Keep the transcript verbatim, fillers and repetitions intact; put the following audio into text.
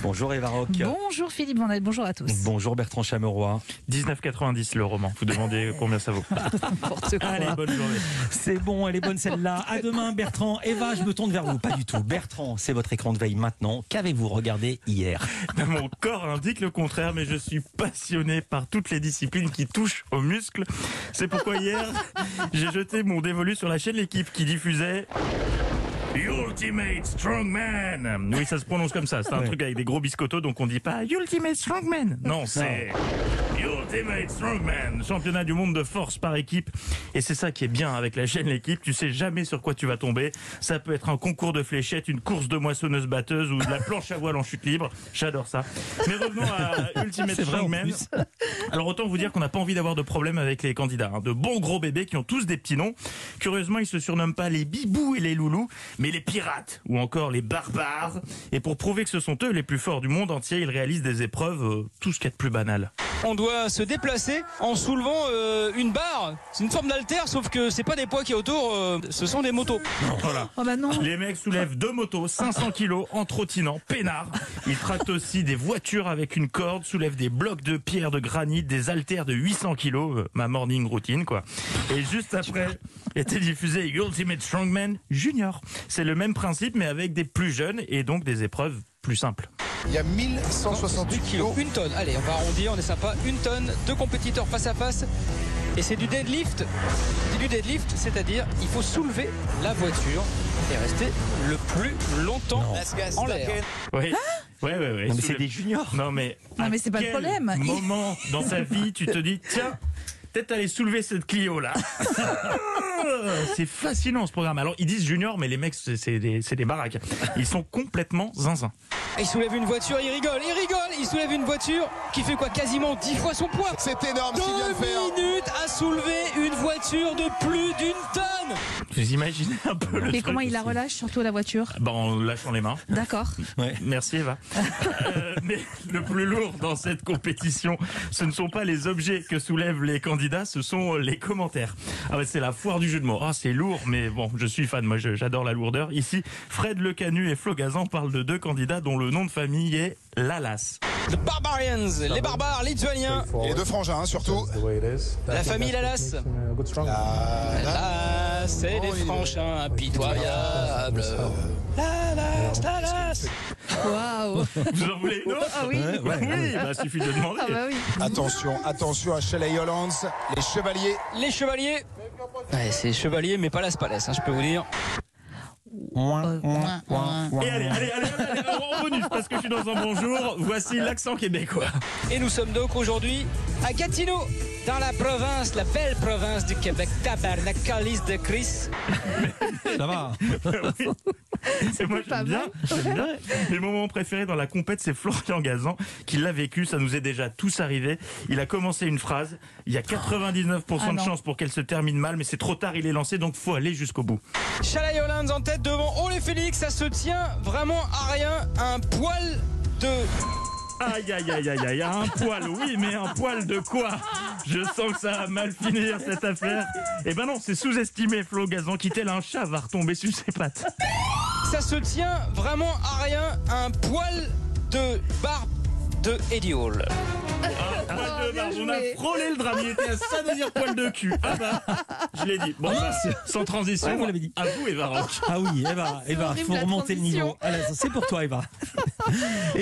Bonjour Eva Rock. Bonjour Philippe Vandel, bonjour à tous. Bonjour Bertrand Chameroy. dix-neuf quatre-vingt-dix le roman. Vous demandez combien ça vaut. N'importe quoi. Allez, Bonne journée. C'est bon, elle est bonne celle-là. À demain Bertrand. Eva, je me tourne vers vous. Pas du tout. Bertrand, c'est votre écran de veille maintenant. Qu'avez-vous regardé hier? Mon corps indique le contraire, mais je suis passionné par toutes les disciplines qui touchent aux muscles. C'est pourquoi hier, j'ai jeté mon dévolu sur la chaîne L'équipe qui diffusait Ultimate Strongman. Oui, ça se prononce comme ça. C'est un Ouais. truc avec des gros biscottos, donc on dit pas Ultimate Strongman. Non, c'est Ultimate Strongman, championnat du monde de force par équipe. Et c'est ça qui est bien avec la chaîne L'équipe. Tu sais jamais sur quoi tu vas tomber. Ça peut être un concours de fléchettes, une course de moissonneuse-batteuse ou de la planche à voile en chute libre. J'adore ça. Mais revenons à Ultimate C'est vrai, en Strongman. plus. Alors autant vous dire qu'on n'a pas envie d'avoir de problème avec les candidats. Hein. De bons gros bébés qui ont tous des petits noms. Curieusement, ils se surnomment pas les bibous et les loulous, mais les pirates ou encore les barbares. Et pour prouver que ce sont eux les plus forts du monde entier, ils réalisent des épreuves, euh, tout ce qu'il y a de plus banal. On doit se déplacer en soulevant euh, une barre. C'est une forme d'haltère, sauf que c'est pas des poids qui est autour, euh, ce sont des motos. Voilà. Oh bah non. Les mecs soulèvent deux motos, cinq cents kilos, en trottinant, peinard. Ils tractent aussi des voitures avec une corde, soulèvent des blocs de pierre de granit, des haltères de huit cents kilos, euh, ma morning routine, quoi. Et juste après était diffusé Ultimate Strongman Junior. C'est le même principe, mais avec des plus jeunes et donc des épreuves plus simples. Il y a mille cent soixante-huit kilos. Une tonne, allez, on va arrondir, on est sympa. Une tonne, deux compétiteurs face à face. Et c'est du deadlift. C'est du deadlift, c'est-à-dire il faut soulever la voiture et rester le plus longtemps en l'air. Oui. Ouais, ouais, ouais. Non, mais c'est Soulève- des juniors. Non, mais. Non, à mais c'est pas le quel problème. Il- moment dans ta vie tu te dis, tiens, peut-être aller soulever cette Clio là. C'est fascinant ce programme. Alors ils disent junior, mais les mecs c'est c'est des, c'est des baraques. Ils sont complètement zinzin. Il soulève une voiture, il rigole, il rigole. Il soulève une voiture qui fait quoi, quasiment dix fois son poids. C'est énorme ce qu'il vient de Deux faire. minutes à soulever une voiture de plus d'une tonne. Vous imaginez un peu le Et truc. comment il la relâche, surtout la voiture? Bah, en lâchant les mains. D'accord. Ouais. Merci Eva. Euh, mais le plus lourd dans cette compétition, ce ne sont pas les objets que soulèvent les candidats, ce sont les commentaires. Ah ouais, c'est la foire du jeu de mots. Ah, c'est lourd, mais bon, je suis fan, moi je- j'adore la lourdeur. Ici, Fred Lecanu et Flo Gazan parlent de deux candidats dont le nom de famille est Lalas. The Barbarians, les barbares lituaniens. Et les deux frangins, hein, surtout. La famille Lalas. Là, c'est des franchins impitoyables. Lalas, Lalas. Waouh. Vous en voulez une autre? Ah oui. Ouais, ouais. Oui, bah suffit de demander. Ah bah oui. Attention, attention à Shelley Hollands, les chevaliers. Les chevaliers. Ouais, c'est chevaliers, mais pas Las Palais, hein, je peux vous dire. Euh, ouin, ouin. Et allez, allez, allez, allez, allez, en bonus, parce que je suis dans un bonjour, voici l'accent québécois. Et nous sommes donc aujourd'hui à Gatineau, dans la province, la belle province du Québec, tabarnak, calice de Chris. Ça va. Oui. Et moi Pas j'aime bien, mal. j'aime bien. Mais mon moment préféré dans la compète, c'est Florian Gazan qui l'a vécu. Ça nous est déjà tous arrivé. Il a commencé une phrase. Il y a quatre-vingt-dix-neuf pour cent Ah de non. chances pour qu'elle se termine mal, mais c'est trop tard. Il est lancé, donc faut aller jusqu'au bout. Shelley Hollands en tête devant Ole Félix, ça se tient vraiment à rien, un poil de... Aïe aïe aïe aïe aïe, un poil, oui, mais un poil de quoi? Je sens que ça va mal finir cette affaire. Eh ben non, c'est sous-estimé. Flo Gazan qui tel un chat va retomber sur ses pattes. Ça se tient vraiment à rien, un poil de barbe de Eddie Hall. Un poil de bien barbe. On a joué. frôlé le drame. Il était à ça de dire poil de cul. Ah bah, je l'ai dit. Bon, bah, sans transition. Ouais, vous l'avez dit. À vous, Eva Rock. Ah oui, Eva, Eva, horrible, faut la remonter le transition. niveau. Allez, c'est pour toi Eva.